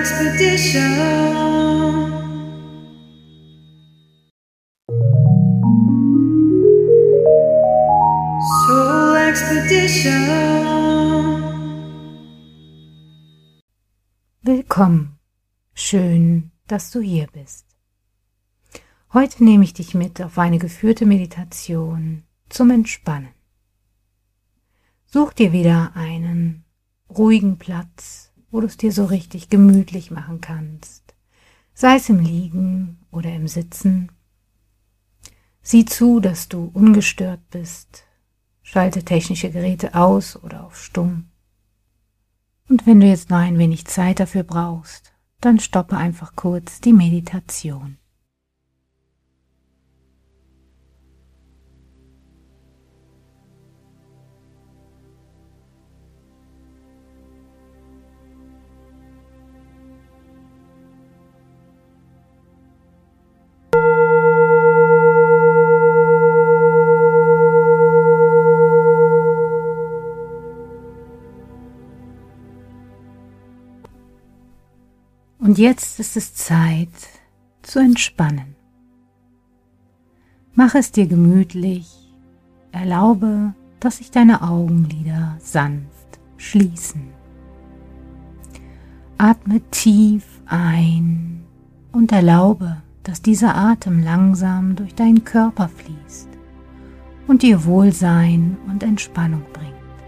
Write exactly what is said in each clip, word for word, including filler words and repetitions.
Expedition. Soul Expedition. Willkommen. Schön, dass du hier bist. Heute nehme ich dich mit auf eine geführte Meditation zum Entspannen. Such dir wieder einen ruhigen Platz, wo du es dir so richtig gemütlich machen kannst, sei es im Liegen oder im Sitzen. Sieh zu, dass du ungestört bist, schalte technische Geräte aus oder auf Stumm. Und wenn du jetzt noch ein wenig Zeit dafür brauchst, dann stoppe einfach kurz die Meditation. Und jetzt ist es Zeit zu entspannen. Mach es dir gemütlich, erlaube, dass sich deine Augenlider sanft schließen. Atme tief ein und erlaube, dass dieser Atem langsam durch deinen Körper fließt und dir Wohlsein und Entspannung bringt.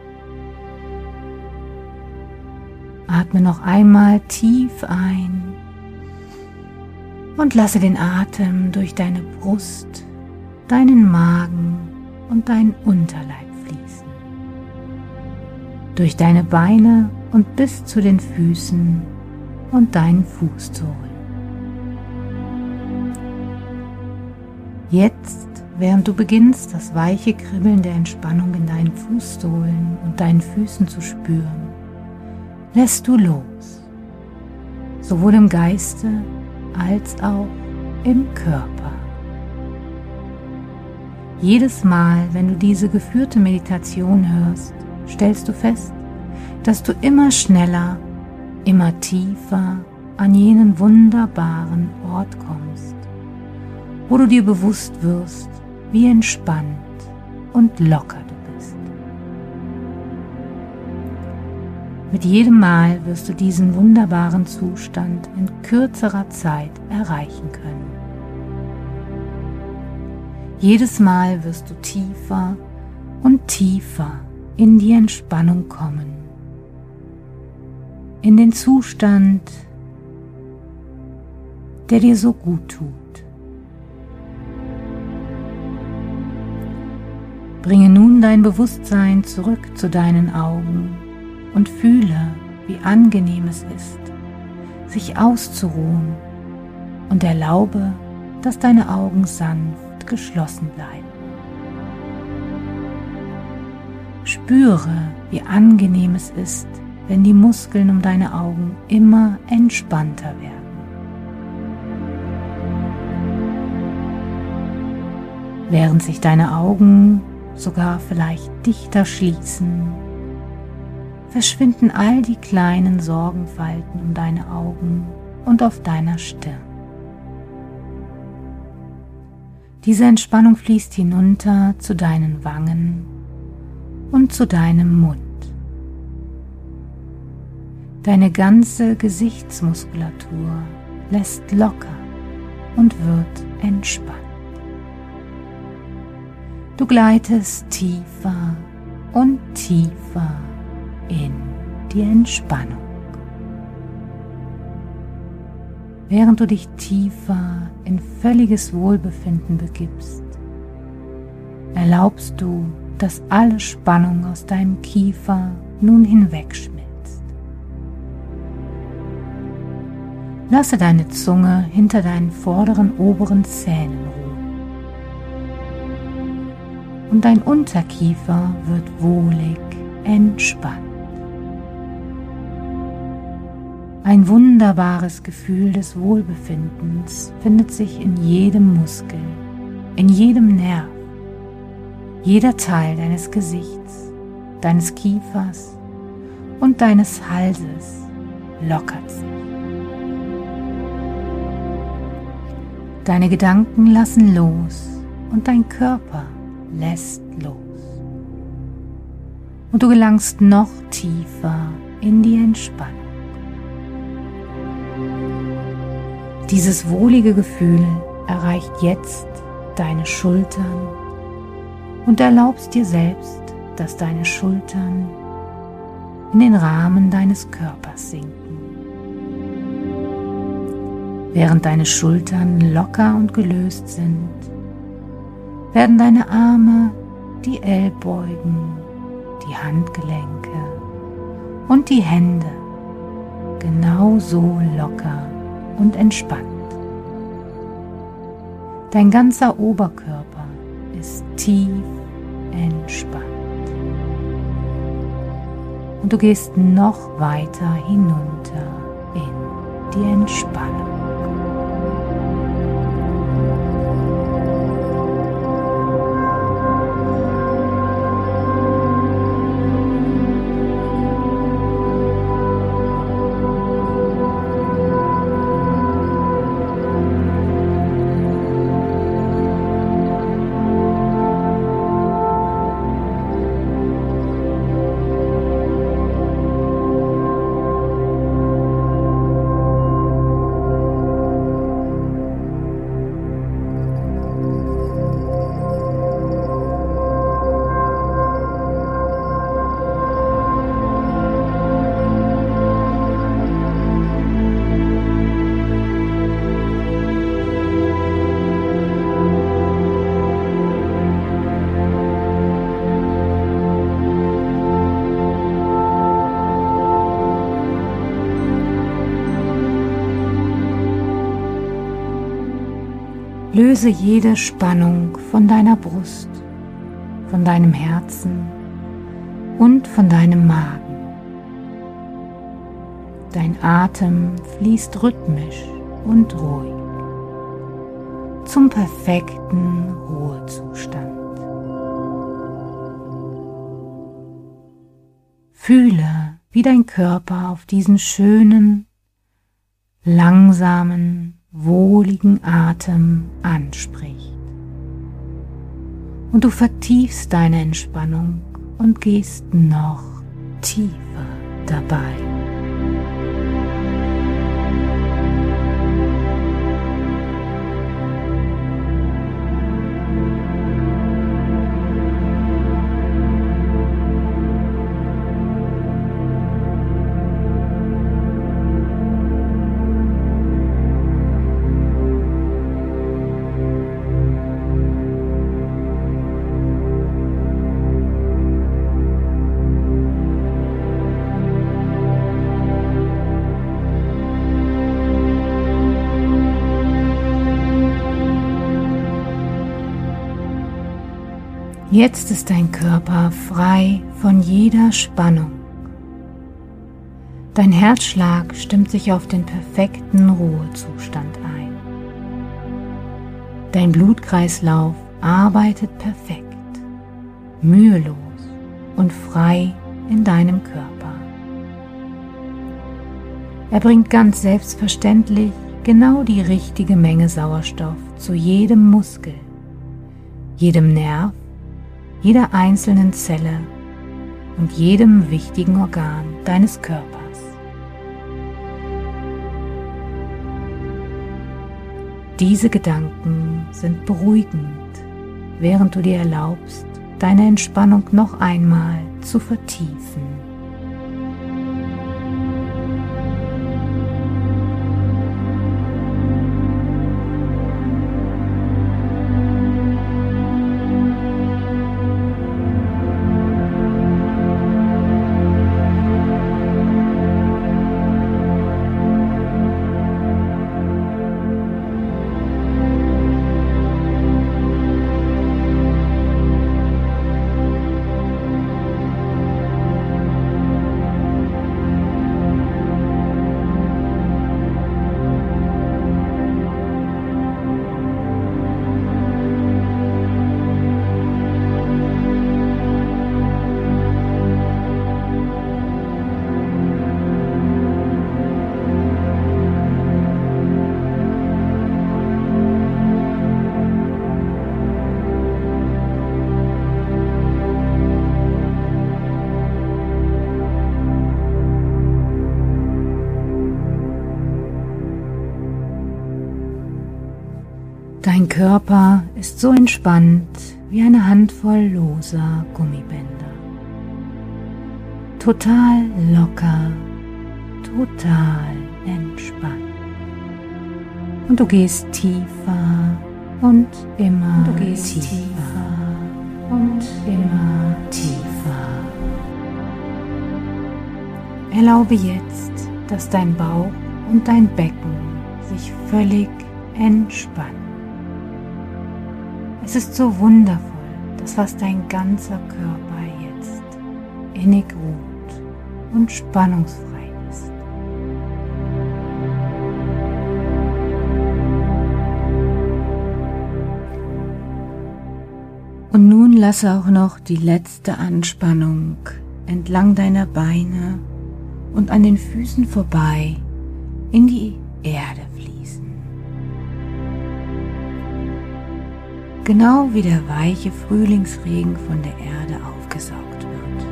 Atme noch einmal tief ein und lasse den Atem durch deine Brust, deinen Magen und deinen Unterleib fließen. Durch deine Beine und bis zu den Füßen und deinen Fußsohlen. Jetzt, während du beginnst, das weiche Kribbeln der Entspannung in deinen Fußsohlen und deinen Füßen zu spüren, lässt du los, sowohl im Geiste als auch im Körper. Jedes Mal, wenn du diese geführte Meditation hörst, stellst du fest, dass du immer schneller, immer tiefer an jenen wunderbaren Ort kommst, wo du dir bewusst wirst, wie entspannt und locker du bist. Mit jedem Mal wirst du diesen wunderbaren Zustand in kürzerer Zeit erreichen können. Jedes Mal wirst du tiefer und tiefer in die Entspannung kommen, in den Zustand, der dir so gut tut. Bringe nun dein Bewusstsein zurück zu deinen Augen und fühle, wie angenehm es ist, sich auszuruhen, und erlaube, dass deine Augen sanft geschlossen bleiben. Spüre, wie angenehm es ist, wenn die Muskeln um deine Augen immer entspannter werden. Während sich deine Augen sogar vielleicht dichter schließen, verschwinden all die kleinen Sorgenfalten um deine Augen und auf deiner Stirn. Diese Entspannung fließt hinunter zu deinen Wangen und zu deinem Mund. Deine ganze Gesichtsmuskulatur lässt locker und wird entspannt. Du gleitest tiefer und tiefer in die Entspannung. Während du dich tiefer in völliges Wohlbefinden begibst, erlaubst du, dass alle Spannung aus deinem Kiefer nun hinwegschmilzt. Lasse deine Zunge hinter deinen vorderen oberen Zähnen ruhen. Und dein Unterkiefer wird wohlig entspannt. Ein wunderbares Gefühl des Wohlbefindens findet sich in jedem Muskel, in jedem Nerv, jeder Teil deines Gesichts, deines Kiefers und deines Halses lockert sich. Deine Gedanken lassen los und dein Körper lässt los. Und du gelangst noch tiefer in die Entspannung. Dieses wohlige Gefühl erreicht jetzt deine Schultern und erlaubst dir selbst, dass deine Schultern in den Rahmen deines Körpers sinken. Während deine Schultern locker und gelöst sind, werden deine Arme, die Ellbogen, die Handgelenke und die Hände genauso locker und entspannt. Dein ganzer Oberkörper ist tief entspannt. Und du gehst noch weiter hinunter in die Entspannung. Löse jede Spannung von deiner Brust, von deinem Herzen und von deinem Magen. Dein Atem fließt rhythmisch und ruhig zum perfekten Ruhezustand. Fühle, wie dein Körper auf diesen schönen, langsamen, wohligen Atem anspricht. Und du vertiefst deine Entspannung und gehst noch tiefer dabei. Jetzt ist dein Körper frei von jeder Spannung. Dein Herzschlag stimmt sich auf den perfekten Ruhezustand ein. Dein Blutkreislauf arbeitet perfekt, mühelos und frei in deinem Körper. Er bringt ganz selbstverständlich genau die richtige Menge Sauerstoff zu jedem Muskel, jedem Nerv, jeder einzelnen Zelle und jedem wichtigen Organ deines Körpers. Diese Gedanken sind beruhigend, während du dir erlaubst, deine Entspannung noch einmal zu vertiefen. Dein Körper ist so entspannt wie eine Handvoll loser Gummibänder. Total locker, total entspannt. Und du gehst tiefer und immer und du gehst tiefer, tiefer und immer tiefer. Erlaube jetzt, dass dein Bauch und dein Becken sich völlig entspannen. Es ist so wundervoll, dass fast dein ganzer Körper jetzt innig ruht und spannungsfrei ist. Und nun lasse auch noch die letzte Anspannung entlang deiner Beine und an den Füßen vorbei in die Erde fließen. Genau wie der weiche Frühlingsregen von der Erde aufgesaugt wird.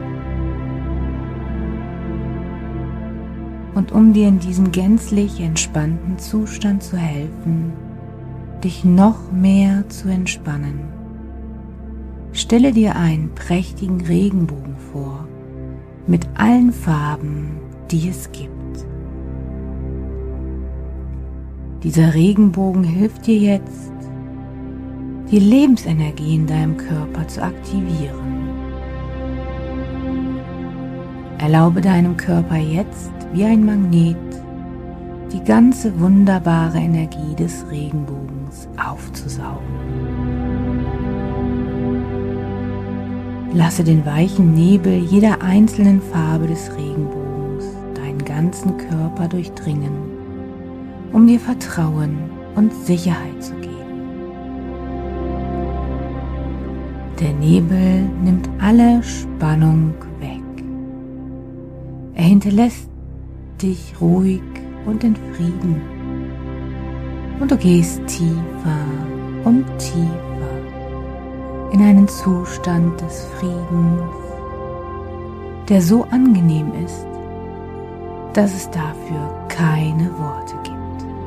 Und um dir in diesem gänzlich entspannten Zustand zu helfen, dich noch mehr zu entspannen, stelle dir einen prächtigen Regenbogen vor, mit allen Farben, die es gibt. Dieser Regenbogen hilft dir jetzt, die Lebensenergie in deinem Körper zu aktivieren. Erlaube deinem Körper jetzt wie ein Magnet die ganze wunderbare Energie des Regenbogens aufzusaugen. Lasse den weichen Nebel jeder einzelnen Farbe des Regenbogens deinen ganzen Körper durchdringen, um dir Vertrauen und Sicherheit zu geben. Der Nebel nimmt alle Spannung weg. Er hinterlässt dich ruhig und in Frieden. Und du gehst tiefer und tiefer in einen Zustand des Friedens, der so angenehm ist, dass es dafür keine Worte gibt.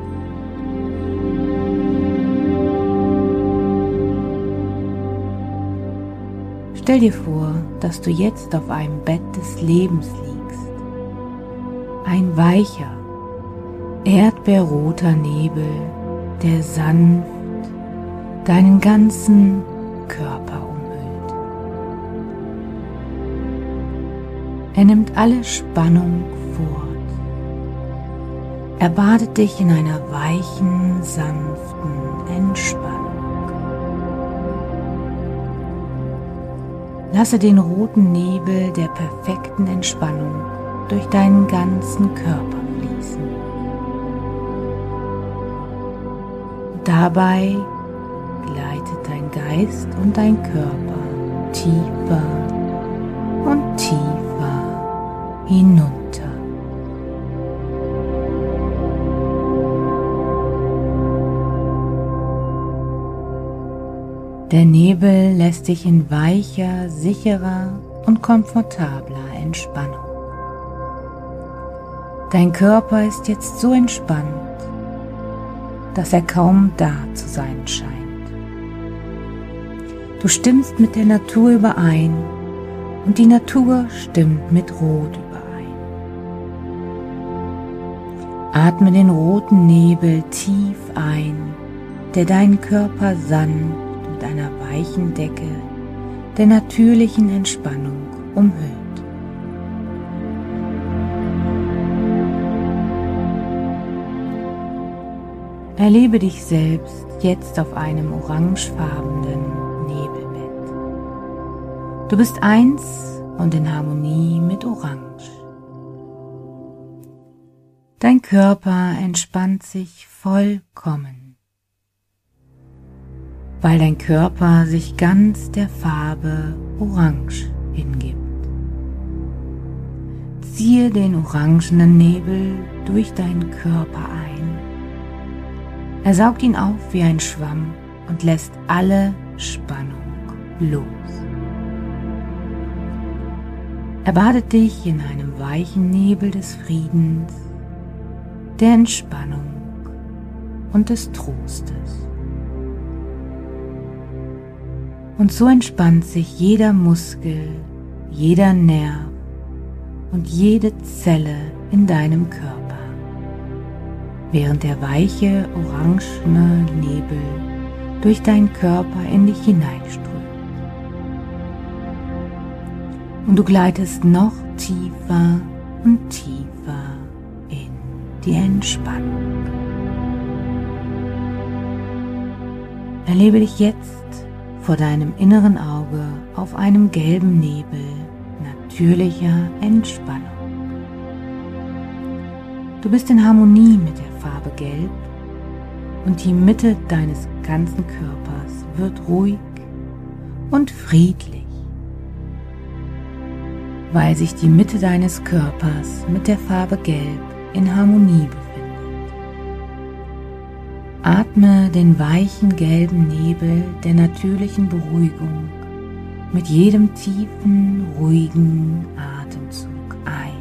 Stell dir vor, dass du jetzt auf einem Bett des Lebens liegst. Ein weicher, erdbeerroter Nebel, der sanft deinen ganzen Körper umhüllt. Er nimmt alle Spannung fort. Er badet dich in einer weichen, sanften Entspannung. Lasse den roten Nebel der perfekten Entspannung durch deinen ganzen Körper fließen. Dabei gleitet dein Geist und dein Körper tiefer und tiefer hinunter. Der Nebel lässt dich in weicher, sicherer und komfortabler Entspannung. Dein Körper ist jetzt so entspannt, dass er kaum da zu sein scheint. Du stimmst mit der Natur überein und die Natur stimmt mit Rot überein. Atme den roten Nebel tief ein, der deinen Körper sanft mit einer weichen Decke der natürlichen Entspannung umhüllt. Erlebe dich selbst jetzt auf einem orangefarbenen Nebelbett. Du bist eins und in Harmonie mit Orange. Dein Körper entspannt sich vollkommen, weil dein Körper sich ganz der Farbe Orange hingibt. Ziehe den orangenen Nebel durch deinen Körper ein. Er saugt ihn auf wie ein Schwamm und lässt alle Spannung los. Er badet dich in einem weichen Nebel des Friedens, der Entspannung und des Trostes. Und so entspannt sich jeder Muskel, jeder Nerv und jede Zelle in deinem Körper, während der weiche, orangene Nebel durch deinen Körper in dich hineinströmt. Und du gleitest noch tiefer und tiefer in die Entspannung. Erlebe dich jetzt vor deinem inneren Auge auf einem gelben Nebel natürlicher Entspannung. Du bist in Harmonie mit der Farbe Gelb und die Mitte deines ganzen Körpers wird ruhig und friedlich, weil sich die Mitte deines Körpers mit der Farbe Gelb in Harmonie befindet. Atme den weichen gelben Nebel der natürlichen Beruhigung mit jedem tiefen, ruhigen Atemzug ein.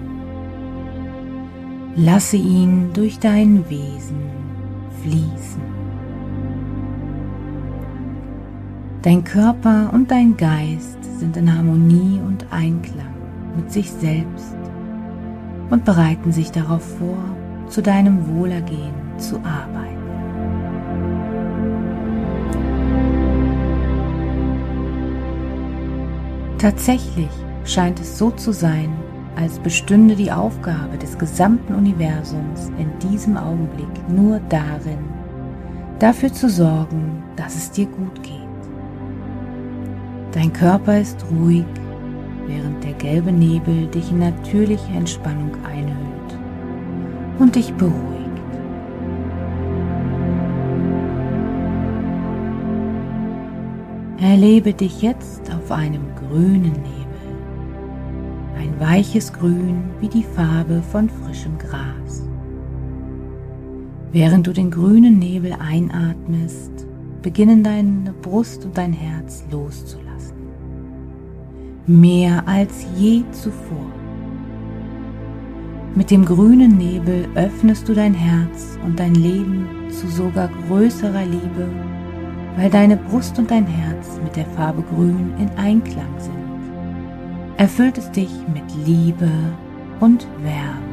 Lasse ihn durch dein Wesen fließen. Dein Körper und dein Geist sind in Harmonie und Einklang mit sich selbst und bereiten sich darauf vor, zu deinem Wohlergehen zu arbeiten. Tatsächlich scheint es so zu sein, als bestünde die Aufgabe des gesamten Universums in diesem Augenblick nur darin, dafür zu sorgen, dass es dir gut geht. Dein Körper ist ruhig, während der gelbe Nebel dich in natürliche Entspannung einhüllt und dich beruhigt. Erlebe dich jetzt auf einem grünen Nebel, ein weiches Grün wie die Farbe von frischem Gras. Während du den grünen Nebel einatmest, beginnen deine Brust und dein Herz loszulassen. Mehr als je zuvor. Mit dem grünen Nebel öffnest du dein Herz und dein Leben zu sogar größerer Liebe, weil deine Brust und dein Herz mit der Farbe Grün in Einklang sind. Erfüllt es dich mit Liebe und Wärme.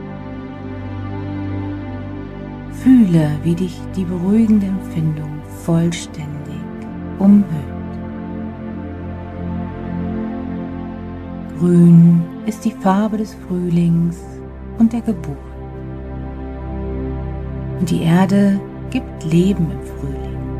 Fühle, wie dich die beruhigende Empfindung vollständig umhüllt. Grün ist die Farbe des Frühlings und der Geburt. Und die Erde gibt Leben im Frühling.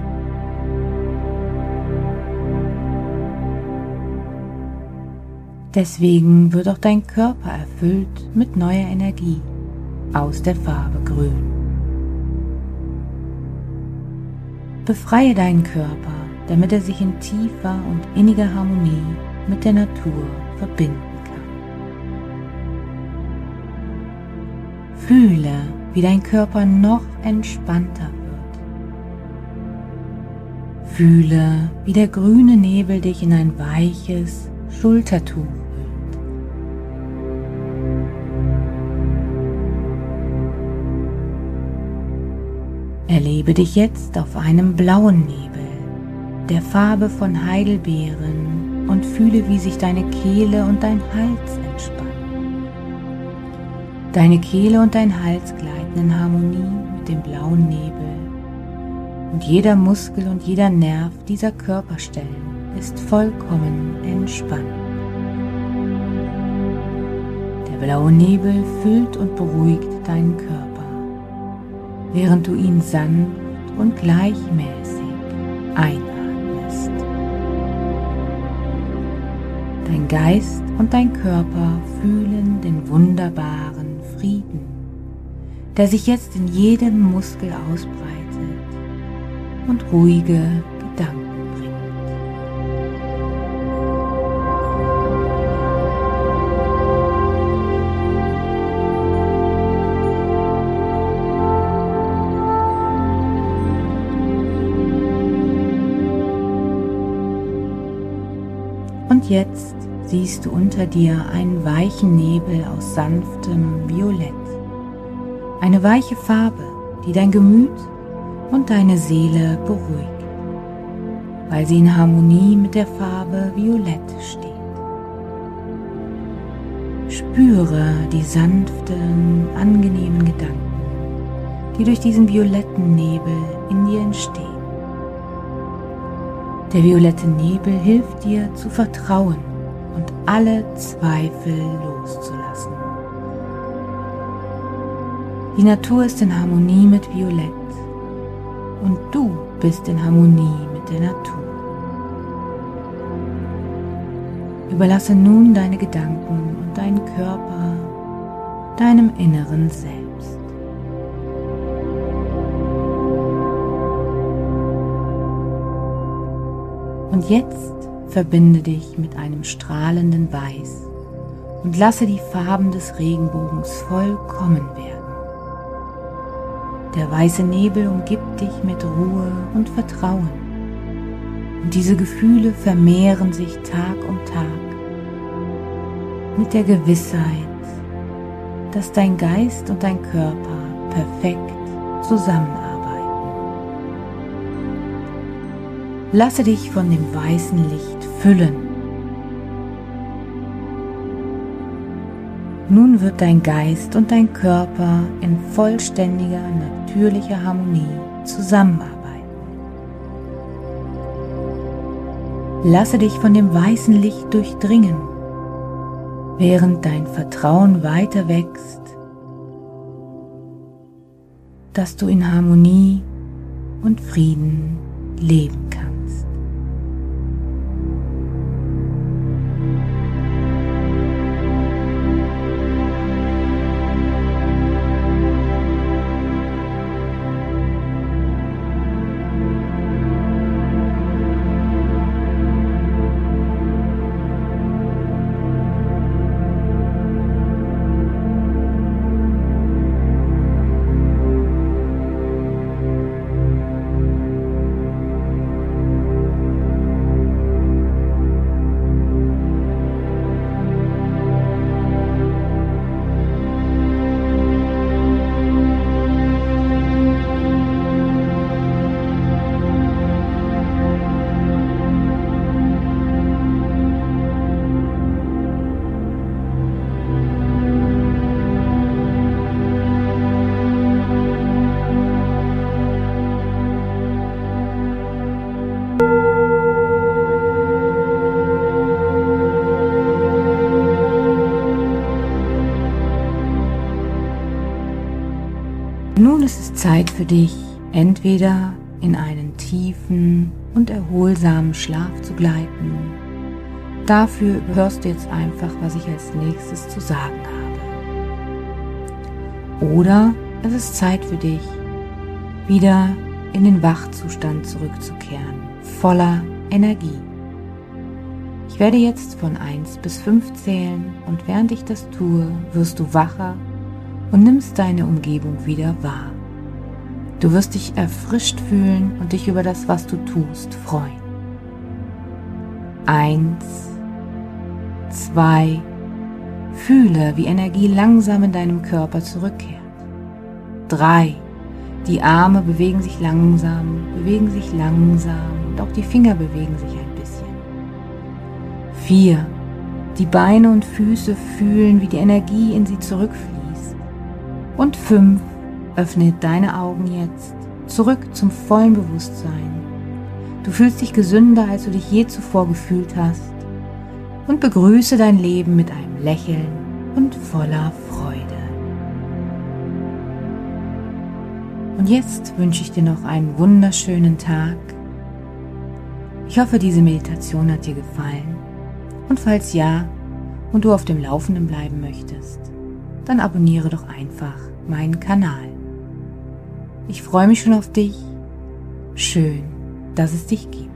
Deswegen wird auch dein Körper erfüllt mit neuer Energie aus der Farbe Grün. Befreie deinen Körper, damit er sich in tiefer und inniger Harmonie mit der Natur verbinden kann. Fühle, wie dein Körper noch entspannter wird. Fühle, wie der grüne Nebel dich in ein weiches Schultertuch hüllt. Erlebe dich jetzt auf einem blauen Nebel, der Farbe von Heidelbeeren, und fühle, wie sich deine Kehle und dein Hals entspannen. Deine Kehle und dein Hals gleiten in Harmonie mit dem blauen Nebel und jeder Muskel und jeder Nerv dieser Körperstellen ist vollkommen entspannt. Der blaue Nebel füllt und beruhigt deinen Körper, während du ihn sanft und gleichmäßig einatmest. Dein Geist und dein Körper fühlen den wunderbaren Frieden, der sich jetzt in jedem Muskel ausbreitet und ruhige Gedanken bringt. Und jetzt siehst du unter dir einen weichen Nebel aus sanftem Violett. Eine weiche Farbe, die dein Gemüt und deine Seele beruhigt. weil sie in Harmonie mit der Farbe Violett steht. Spüre die sanften, angenehmen Gedanken, die durch diesen violetten Nebel in dir entstehen. Der violette Nebel hilft dir zu vertrauen und alle Zweifel loszulassen. Die Natur ist in Harmonie mit Violett und du bist in Harmonie mit der Natur. Überlasse nun deine Gedanken und deinen Körper deinem inneren Selbst. Und jetzt verbinde dich mit einem strahlenden Weiß und lasse die Farben des Regenbogens vollkommen werden. Der weiße Nebel umgibt dich mit Ruhe und Vertrauen. Und diese Gefühle vermehren sich Tag um Tag mit der Gewissheit, dass dein Geist und dein Körper perfekt zusammenarbeiten. Lasse dich von dem weißen Licht füllen. Nun wird dein Geist und dein Körper in vollständiger, natürlicher Harmonie zusammenarbeiten. Lasse dich von dem weißen Licht durchdringen, während dein Vertrauen weiter wächst, dass du in Harmonie und Frieden leben kannst. Nun ist es Zeit für dich, entweder in einen tiefen und erholsamen Schlaf zu gleiten. Dafür hörst du jetzt einfach, was ich als nächstes zu sagen habe. Oder es ist Zeit für dich, wieder in den Wachzustand zurückzukehren, voller Energie. Ich werde jetzt von eins bis fünf zählen und während ich das tue, wirst du wacher und nimmst deine Umgebung wieder wahr. Du wirst dich erfrischt fühlen und dich über das, was du tust, freuen. Eins, zwei, fühle, wie Energie langsam in deinem Körper zurückkehrt. Drei, die Arme bewegen sich langsam, bewegen sich langsam und auch die Finger bewegen sich ein bisschen. Vier, die Beine und Füße fühlen, wie die Energie in sie zurückfließt. Und fünf, öffne deine Augen jetzt, zurück zum vollen Bewusstsein. Du fühlst dich gesünder, als du dich je zuvor gefühlt hast und begrüße dein Leben mit einem Lächeln und voller Freude. Und jetzt wünsche ich dir noch einen wunderschönen Tag. Ich hoffe, diese Meditation hat dir gefallen und falls ja und du auf dem Laufenden bleiben möchtest, dann abonniere doch einfach meinen Kanal. Ich freue mich schon auf dich. Schön, dass es dich gibt.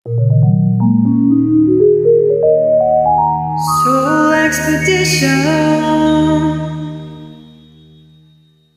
Soul Expedition.